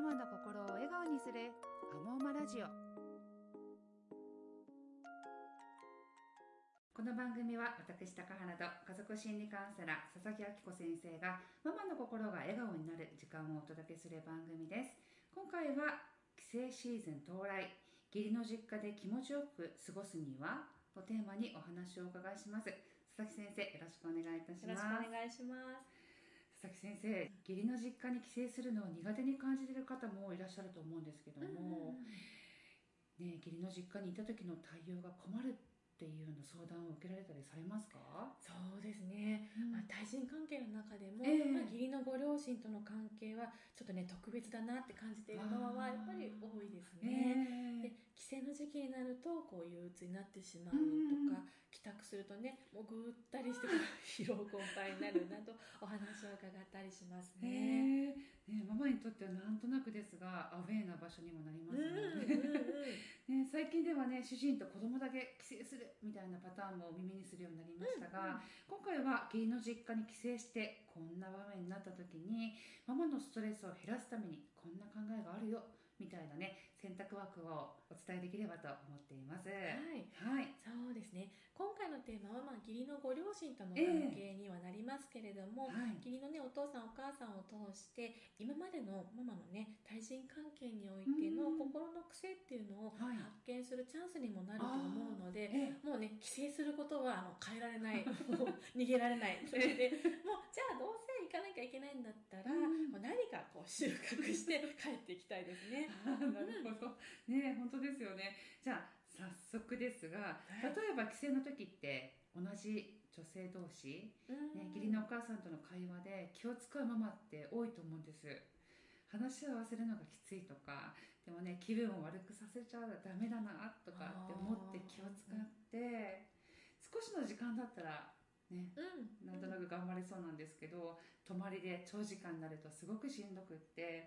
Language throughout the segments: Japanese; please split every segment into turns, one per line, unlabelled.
マの心を笑顔にするアモーマラジオ。この番組は私高原と家族心理カウンセラー佐々木明子先生がママの心が笑顔になる時間をお届けする番組です。今回は帰省シーズン到来、義理の実家で気持ちよく過ごすにはをテーマにお話をお伺いします。佐々木先生、よろしくお願いいたします。
よろしくお願いします。
佐々木先生、義理の実家に帰省するのを苦手に感じている方もいらっしゃると思うんですけども、義理の実家にいた時の対応が困るっていうような相談を受けられたりされますか？
そうですね、対人関係の中でも、義理のご両親との関係はちょっとね特別だなって感じているママはやっぱり多いですね。で、帰省の時期になるとこう憂鬱になってしまうとか、帰宅するとねもうぐったりして疲労困憊になるなどお話を伺ったりしますね。
ママにとってはなんとなくですがアウェーな場所にもなりますよね。最近ではね、主人と子供だけ帰省するみたいなパターンも耳にするようになりましたが、今回は義理の実家に帰省してこんな場面になった時にママのストレスを減らすためにこんな考えがあるよみたいなね、選択枠をお伝えできればと思っています。
そうですね。今回のテーマは、義理のご両親との関係にはなりますけれども、義理のねお父さんお母さんを通して今までのママのね対人関係においての心の癖っていうのを発見するチャンスにもなると思うので、もうね帰省することは変えられない、もう逃げられない。それでもうじゃあどうせ行かなきゃいけないんだったら、もう何かこう収穫して帰っていきたいですね。
なるほどね、本当ですよね。じゃあ早速ですが、例えば帰省の時って同じ女性同士、義理のお母さんとの会話で気を使うママって多いと思うんです。話を合わせるのがきついとか、でもね気分を悪くさせちゃダメだなとかって思って気を使って、少しの時間だったらね、なんとなく頑張れそうなんですけど、泊まりで長時間になるとすごくしんどくって、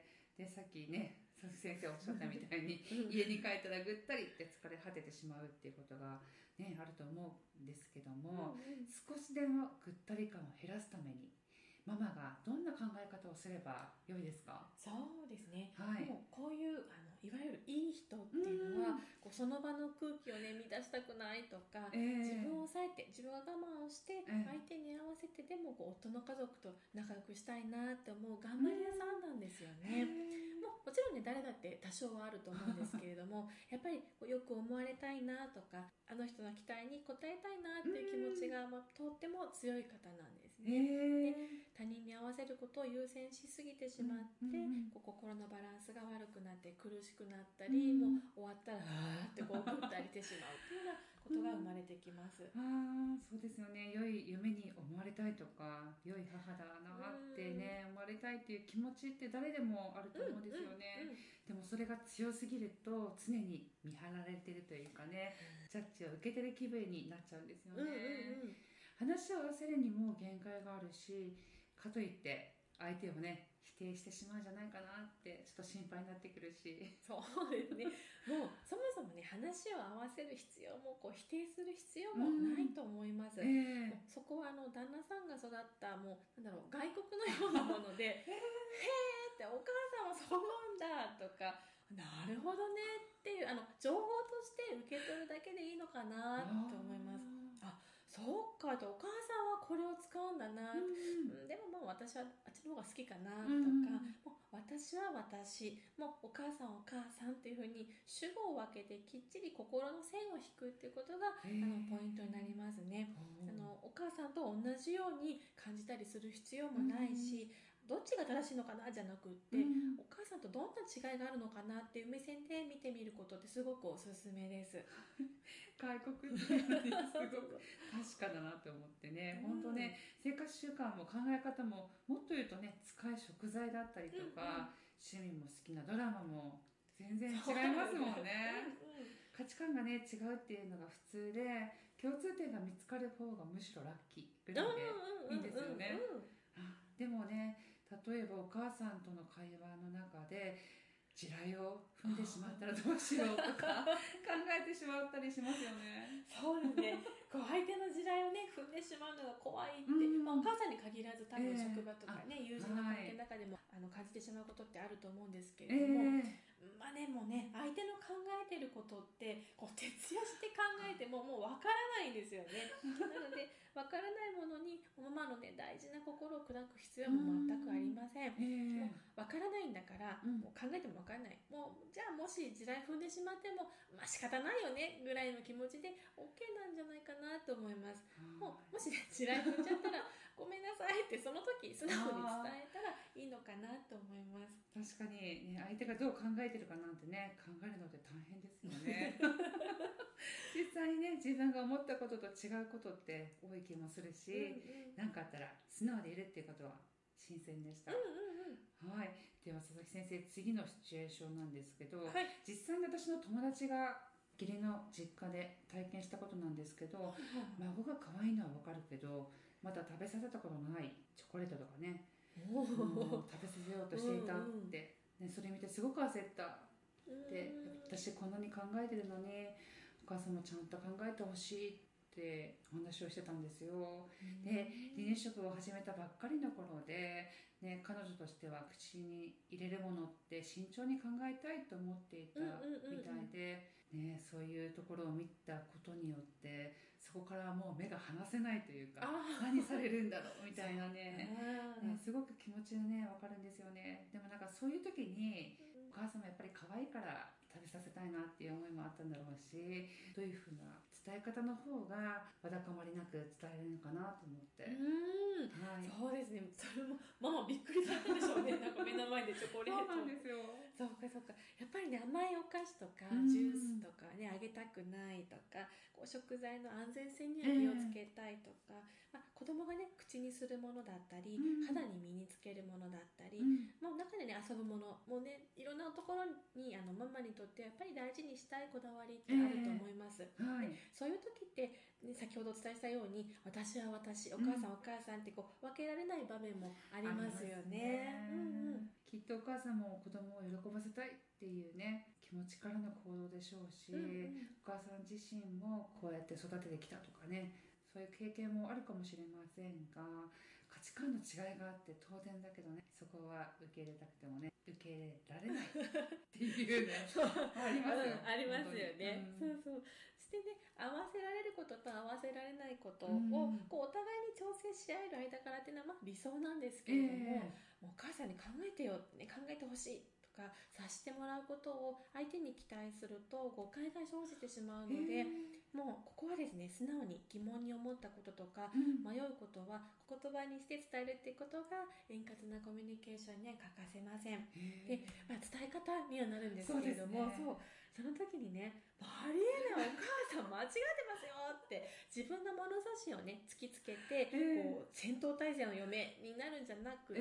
でさっきね佐々木先生おっしゃったみたいに家に帰ったらぐったりって疲れ果ててしまうっていうことが、ね、あると思うんですけども、少しでもぐったり感を減らすためにママがどんな考え方をすれば良いですか？
そうですね、もうこういういわゆるいい人っていうのは、こうその場の空気をね乱したくないとか、自分を抑えて自分は我慢をして相手に合わせてでもこう夫の家族と仲良くしたいなって思う頑張り屋さんなんですよね。もちろんね誰だって多少はあると思うんですけれどもやっぱりこうよく思われたいなとかあの人の期待に応えたいなっていう気持ちが、とっても強い方なんですね。で、他人に合わせることを優先しすぎてしまって、こう心のバランスが悪くなって苦しくなったり、もう終わったらあーってこうぐったりてしまうっていうようなことが生まれてきます。
そうですよね。良い夢に思われたいとか良い母だなってね思われたいっていう気持ちって誰でもあると思うんですよね。でもそれが強すぎると常に見張られてるというかね、ジャッジを受けてる気分になっちゃうんですよね。話を合わせるにも限界があるし、かといって相手をね否定してしまうんじゃないかなってちょっと心配になってくるし。
そうですね。もうそもそもね話を合わせる必要もこう否定する必要もないと思います。もうそこは旦那さんが育ったもうなんだろう外国のようなものでへーってお母さんはそう思うんだとかなるほどねっていう情報として受け取るだけでいいのかなと思います。そうかとお母さんはこれを使うんだな、でもまあ私はあっちの方が好きかなとか、もう私は私、もうお母さんはお母さんっていう風に主語を分けてきっちり心の線を引くっていうことがポイントになりますね。お母さんと同じように感じたりする必要もないし、どっちが正しいのかなじゃなくって、お母さんとどんな違いがあるのかなっていう目線で見てみることってすごくおすすめです。
外国人にすごく確かだなと思ってね、本当ね、生活習慣も考え方ももっと言うとね使い食材だったりとか、趣味も好きなドラマも全然違いますもんね。価値観がね違うっていうのが普通で、共通点が見つかる方がむしろラッキーぐらいでいいんですよね。でもね、例えばお母さんとの会話の中で地雷を踏んでしまったらどうしようとか考えてしまったりしますよね。
そうですね。 こう相手の地雷をね踏んでしまうのが怖いって、お母さんに限らず多分職場とかね、友人の関係の中でも感じてしまうことってあると思うんですけれども、まあでもね、相手の考えてることってこう徹夜して考えてももうわからないんですよね。なのでわからないものにママのね大事な心を砕く必要も全くありません。もうわからないんだから、もう考えてもわからない。もうじゃあもし地雷踏んでしまってもまあ仕方ないよねぐらいの気持ちで OK なんじゃないかなと思います。もしね地雷踏んじゃったらごめんなさいってその時素直に伝えたらいいのかなと思います。
確かに、ね、相手がどう考えてるかなんてね考えるのって大変ですよね。実際にね自分が思ったことと違うことって多い気もするし、何かあったら素直でいるっていうことは新鮮でした。はい、では佐々木先生、次のシチュエーションなんですけど、実際に私の友達が義理の実家で体験したことなんですけど、孫が可愛いのは分かるけどまだ食べさせたことのないチョコレートとかね食べさせようとしていたって、ね、それ見てすごく焦ったで、私こんなに考えてるのにお母さんもちゃんと考えてほしいってお話をしてたんですよ。で、離乳食を始めたばっかりの頃で、ね、彼女としては口に入れるものって慎重に考えたいと思っていたみたいで、ね、そういうところを見たことによってそこからもう目が離せないというか、何されるんだろうみたいなねすごく気持ちがね分かるんですよね。でもなんかそういう時にお母さんもやっぱり可愛いから食べさせたいなっていう思いもあったんだろうし、どういうふうな伝え方の方がわだかまりなく伝えるのかなと思って。
そうですね。それもママびっくりされたでしょうね。なんか目の前でチョコレート。
そうなんですよ。
そうかそうか。やっぱりね、甘いお菓子とかジュースとかね、あげたくないとか、こう食材の安全性には気をつけたいとか、子供がね口にするものだったり、肌に身につけるものだったり、中でね遊ぶものもね、いろんなところにママにとってやっぱり大事にしたいこだわりってあると思います。でそういう時って、ね、先ほどお伝えしたように私は私、お母さんお母さんってこう分けられない場面もありますよね。
きっとお母さんも子供を喜ばせたいっていうね気持ちからの行動でしょうし、お母さん自身もこうやって育ててきたとかね、そういう経験もあるかもしれませんが、価値観の違いがあって当然だけどね、そこは受け入れたくてもね受け入れられないっていうねありますよ。
ありますよね。そうそう。そしてね、合わせられることと合わせられないことを、こうお互いに調整し合える間柄っていうのは理想なんですけれども、もうお母さんに考えてよってね、考えてほしいとか察してもらうことを相手に期待すると誤解が生じてしまうので、もうここはですね、素直に疑問に思ったこととか、迷うことは言葉にして伝えるっていうことが円滑なコミュニケーションには欠かせません。で、伝え方にはなるんですけれども、その時にね、ありえない、お母さん間違ってますよって自分の物差しをね突きつけて、こう戦闘態勢の嫁になるんじゃなくって、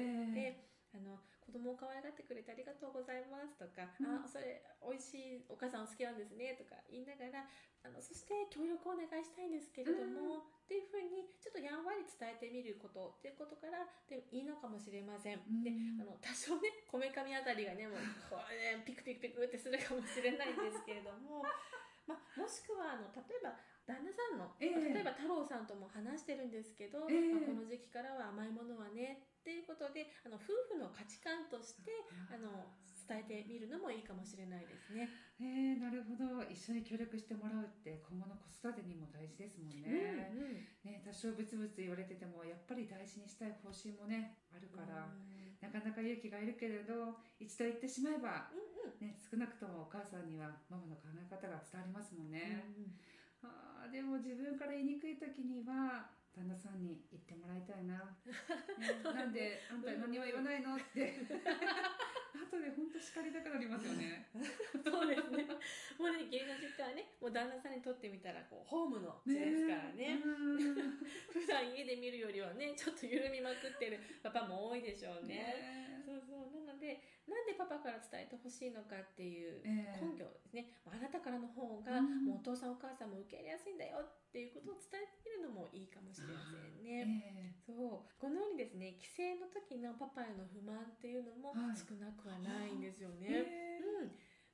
子供を可愛がってくれてありがとうございますとか、それ美味しい、お母さんお好きなんですねとか言いながら、そして協力をお願いしたいんですけれども、っていうふうにちょっとやんわり伝えてみることっていうことからでいいのかもしれません。で、多少ねこめかみあたりがねもうこれピクピクピクってするかもしれないんですけれどももしくは例えば旦那さんの、例えば太郎さんとも話してるんですけど、この時期からは甘いものはねっていうことで夫婦の価値観として伝えてみるのもいいかもしれないですね。
なるほど。一緒に協力してもらうって今後の子育てにも大事ですもんね。ね、多少ブツブツ言われててもやっぱり大事にしたい方針もねあるから、なかなか勇気がいるけれど一度言ってしまえば、ね、少なくともお母さんにはママの考え方が伝わりますもんね。でも自分から言いにくい時には旦那さんに言ってもらいたいな、なんであんた何も言わないのって後で本当叱りたくなりますよね。
そうですね。もうね、義理の実家はね、もう旦那さんにとってみたらこうホームの地ですからね。普段家で見るよりはね、ちょっと緩みまくってるパパも多いでしょうね。そうそう。なので、なんでパパから伝えてほしいのかっていう根拠ですね。あなたからの方が、もうお父さんお母さんも受け入れやすいんだよっていうことを伝えてみるのもいいかもしれませんね。そう。このようにですね、帰省の時のパパへの不満っていうのも少なくはないんですよね。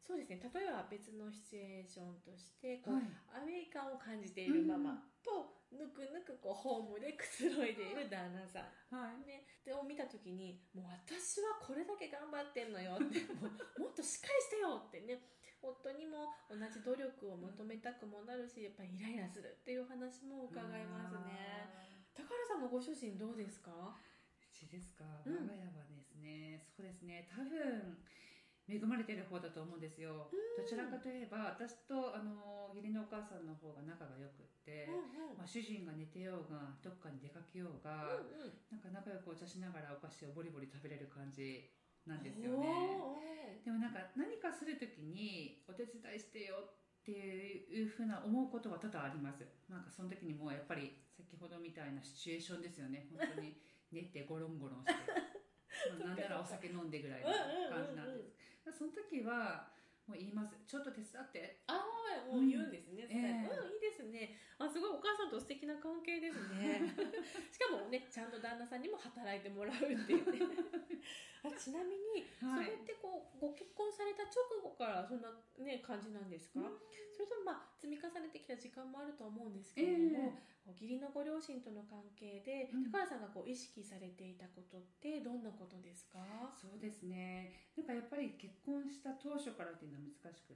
そうですね、例えば別のシチュエーションとしてこう、
はい、
アウェイ感を感じているママと、ぬくぬくこうホームでくつろいでいる旦那さん、
はい、
ね、でを見た時に、もう私はこれだけ頑張ってんのよってもっとしっかりしてよってね、夫にも同じ努力を求めたくもなるし、やっぱりイライラするっていう話も伺いますね。高原さんのご主人どうですか？
うちですか、
うん、
我が家はですね、そうですね、多分恵まれてる方だと思うんですよ。どちらかといえば私と義理のお母さんの方が仲が良くって、
うんうん
まあ、主人が寝てようがどっかに出かけようが、
うんうん
なんか仲良くお茶しながらお菓子をボリボリ食べれる感じなんですよね。
お
でもなんか何かする時にお手伝いしてよっていうふうな思うことは多々あります。なんかその時にもうやっぱり先ほどみたいなシチュエーションですよね。本当に寝てゴロンゴロンして、まあ、なんならお酒飲んでぐらいの感じなんです。その時はもう言います。ちょっと手伝って。
ああ、もう言うんですね、いいですね。あ、すごいお母さんと素敵な関係ですね。しかもね、ちゃんと旦那さんにも働いてもらうっていうね。ちなみに、それってこうご結婚された直後からそんなね感じなんですか？それともまあ積み重ねてきた時間もあると思うんですけれども、義理のご両親との関係で高原さんがこう意識されていたことってどんなことですか？
そうですね。なんかやっぱり結婚した当初からっていうのは難しくって、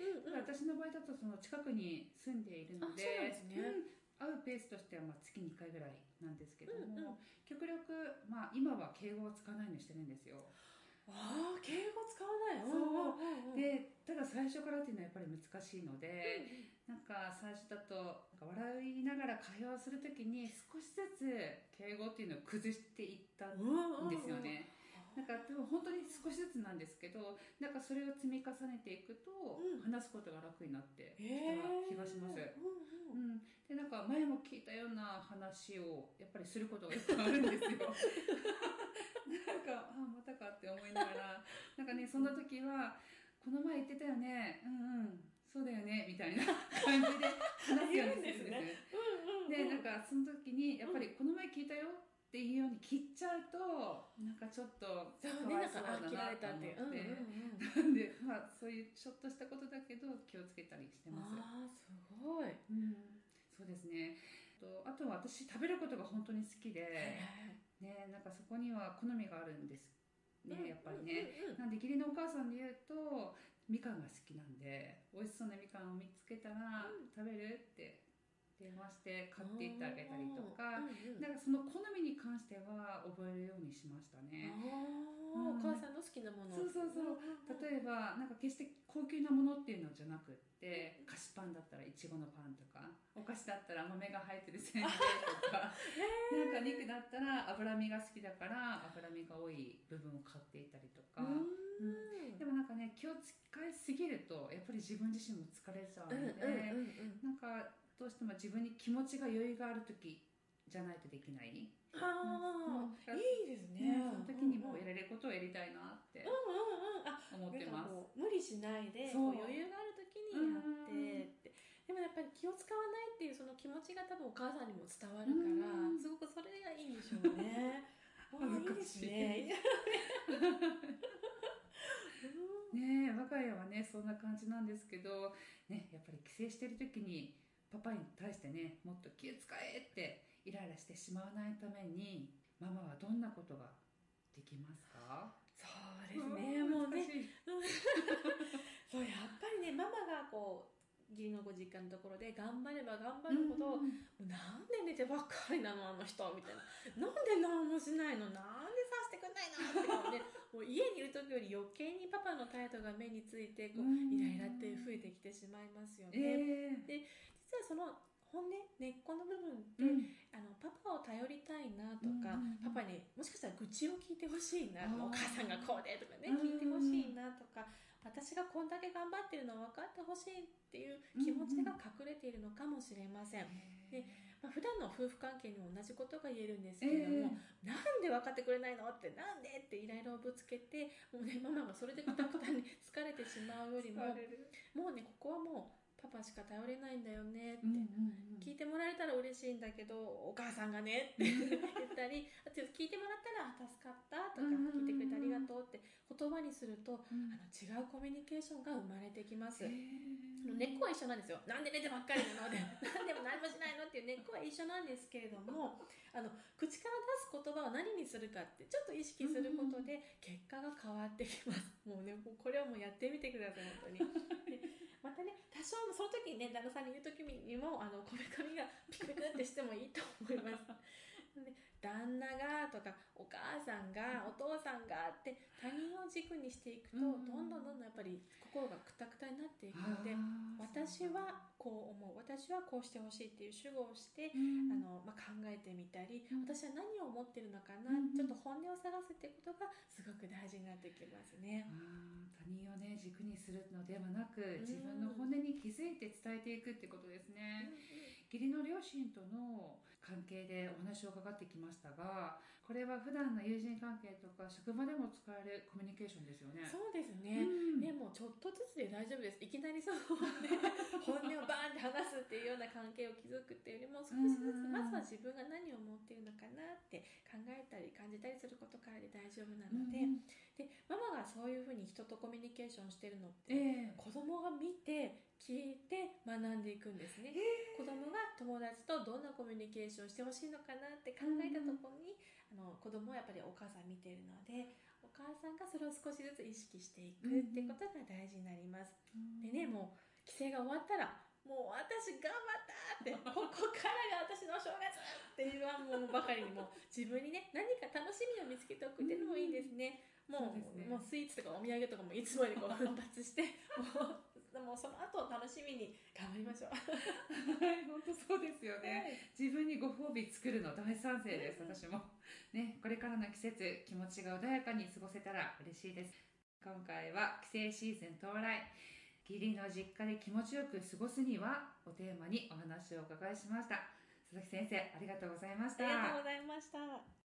ただ私の場合だとその近くに住んでいるの
そうなんです
で、
ね。
会うペースとしてはまあ月に1回ぐらいなんですけど
うんうん。
も、極力、まあ、今は敬語を使わないようにしてるんですよ。
ああ、敬語使わない。
そう
うん
で、ただ最初からっていうのはやっぱり難しいので、
うん
なんか最初だとなんか笑いながら会話をするときに少しずつ敬語っていうのを崩していったんですよね。なんかでも本当に少しずつなんですけど、なんかそれを積み重ねていくと
うん。
話すことが楽になって
へ
きた
え。
気がします。
うんうん。
うん、でなんか前も聞いたような話をやっぱりすることがよくあるんですよ。なんかまたかって思いながら、なんかね、そんな時はこの前言ってたよね、そうだよねみたいな感じで話すようにするんです。でなんかその時にやっぱりこの前聞いたよっていうように切っちゃうとなんかちょっと
そうね、
かわいそうだ
切ら
なと思っ
れたって。
て、なんでまあそういうちょっとしたことだけど気をつけたりしてます。
ああ、すごい。
そうですね。あとは私食べることが本当に好き
はい
で、
はい。
ね、なんかそこには好みがあるんですね、やっぱりね。
うん。
なんで義理のお母さんで言うとみかんが好きなんで、美味しそうなみかんを見つけたら食べるって電話して買っていってあげたりとか、なんかその好みに関しては覚えるようにしましたね。
お母さんの好きなもの。
そうそうそう。例えばなんか決して高級なものっていうのじゃなくって、菓子パンだったらいちごのパンとか、お菓子だったら豆が入ってるせんべいとか、なんか肉だったら脂身が好きだから脂身が多い部分を買っていったりとか、でもなんかね、気を使いすぎるとやっぱり自分自身も疲れちゃうので、なんかどうしても自分に気持ちが余裕がある時じゃないとできない。
ああ、いいですね。
その時にもうやれることをやりたいなって思ってます。
無理しないで
そう
余裕がある時にやってって。でもやっぱり気を使わないっていうその気持ちが多分お母さんにも伝わるからすごくそれがいいんでしょうね。
恥ずかしい。
ね
え、我が家はねそんな感じなんですけどね、やっぱり帰省してる時にパパに対してね、もっと気を使えってイライラしてしまわないためにママはどんなことができますか？
そうですね、もうねそう、やっぱりね、ママがこう義理のご実家のところで頑張れば頑張るほど、なんで寝てばっかりなのあの人みたいな、なんで何もしないの、なんでさせてくんないのってもう家にいる時より余計にパパの態度が目についてこうイライラって増えてきてしまいますよね。で実はその本音、根っこの部分って、パパを頼りたいなとか、パパにもしかしたら愚痴を聞いてほしいな、お母さんがこうでとかね、聞いてほしいなとか、私がこんだけ頑張ってるのを分かってほしいっていう気持ちが隠れているのかもしれません。で、普段の夫婦関係にも同じことが言えるんですけれども、なんで分かってくれないのって、なんでってイライラをぶつけて、もうね、ママがそれでくたくたに疲れてしまうよりも、もうね、ここはもうパパしか頼れないんだよねって、
うんうんうん、
聞いてもらえたら嬉しいんだけどお母さんがねって言ったり、あと聞いてもらったら助かったとか、聞いてくれてありがとうって言葉にすると、違うコミュニケーションが生まれてきます。根っこは一緒なんですよ。なんで寝てばっかりなのでなんでも何もしないのっていう根っこは一緒なんですけれども、口から出す言葉を何にするかってちょっと意識することで結果が変わってきます。もうね、これはもうやってみてください本当に。またね、多少その時にね、旦那さんに言う時にもこめかみがピクピクってしてもいいと思います。で、旦那がとかお母さんがお父さんがって他人を軸にしていくと、どんどんやっぱり心がクタクタになっていくので、私はこう思う、私はこうしてほしいっていう主語をして、考えてみたり、私は何を思ってるのかな、ちょっと本音を探すってことがすごく大事になってきますね。
他人をね軸にするのではなく、自分の本音に気づいて伝えていくってことですね。義理の両親との関係でお話を伺ってきましたが、これは普段の友人関係とか職場でも使えるコミュニケーションですよね。
そうですね、でもちょっとずつで大丈夫です。いきなり本音をバーンって話すっていうような関係を築くっていうよりも、少しずつまずは自分が何を思っているのかなって考えたり感じたりすることからで大丈夫なので、でママがそういうふうに人とコミュニケーションしてるのって、子供が見て聞いて学んでいくんですね。子供が友達とどんなコミュニケーションしてほしいのかなって考えたところに、子供はやっぱりお母さん見てるので、お母さんがそれを少しずつ意識していくってことが大事になります。でね、もう帰省が終わったらもう私頑張ったってここからが私のお正月って言わんもうばかりに、もう自分にね何か楽しみを見つけておくっていうのもいいですね。もうスイーツとかお土産とかもいつもより奮発してもうその後を楽しみに頑張りましょう。
はい、本当そうですよね、自分にご褒美作るの大賛成です、私もね。これからの季節、気持ちが穏やかに過ごせたら嬉しいです。今回は帰省シーズン到来、義理の実家で気持ちよく過ごすにはをテーマにお話をお伺いしました。佐々木先生、ありがとうございました。
ありがとうございました。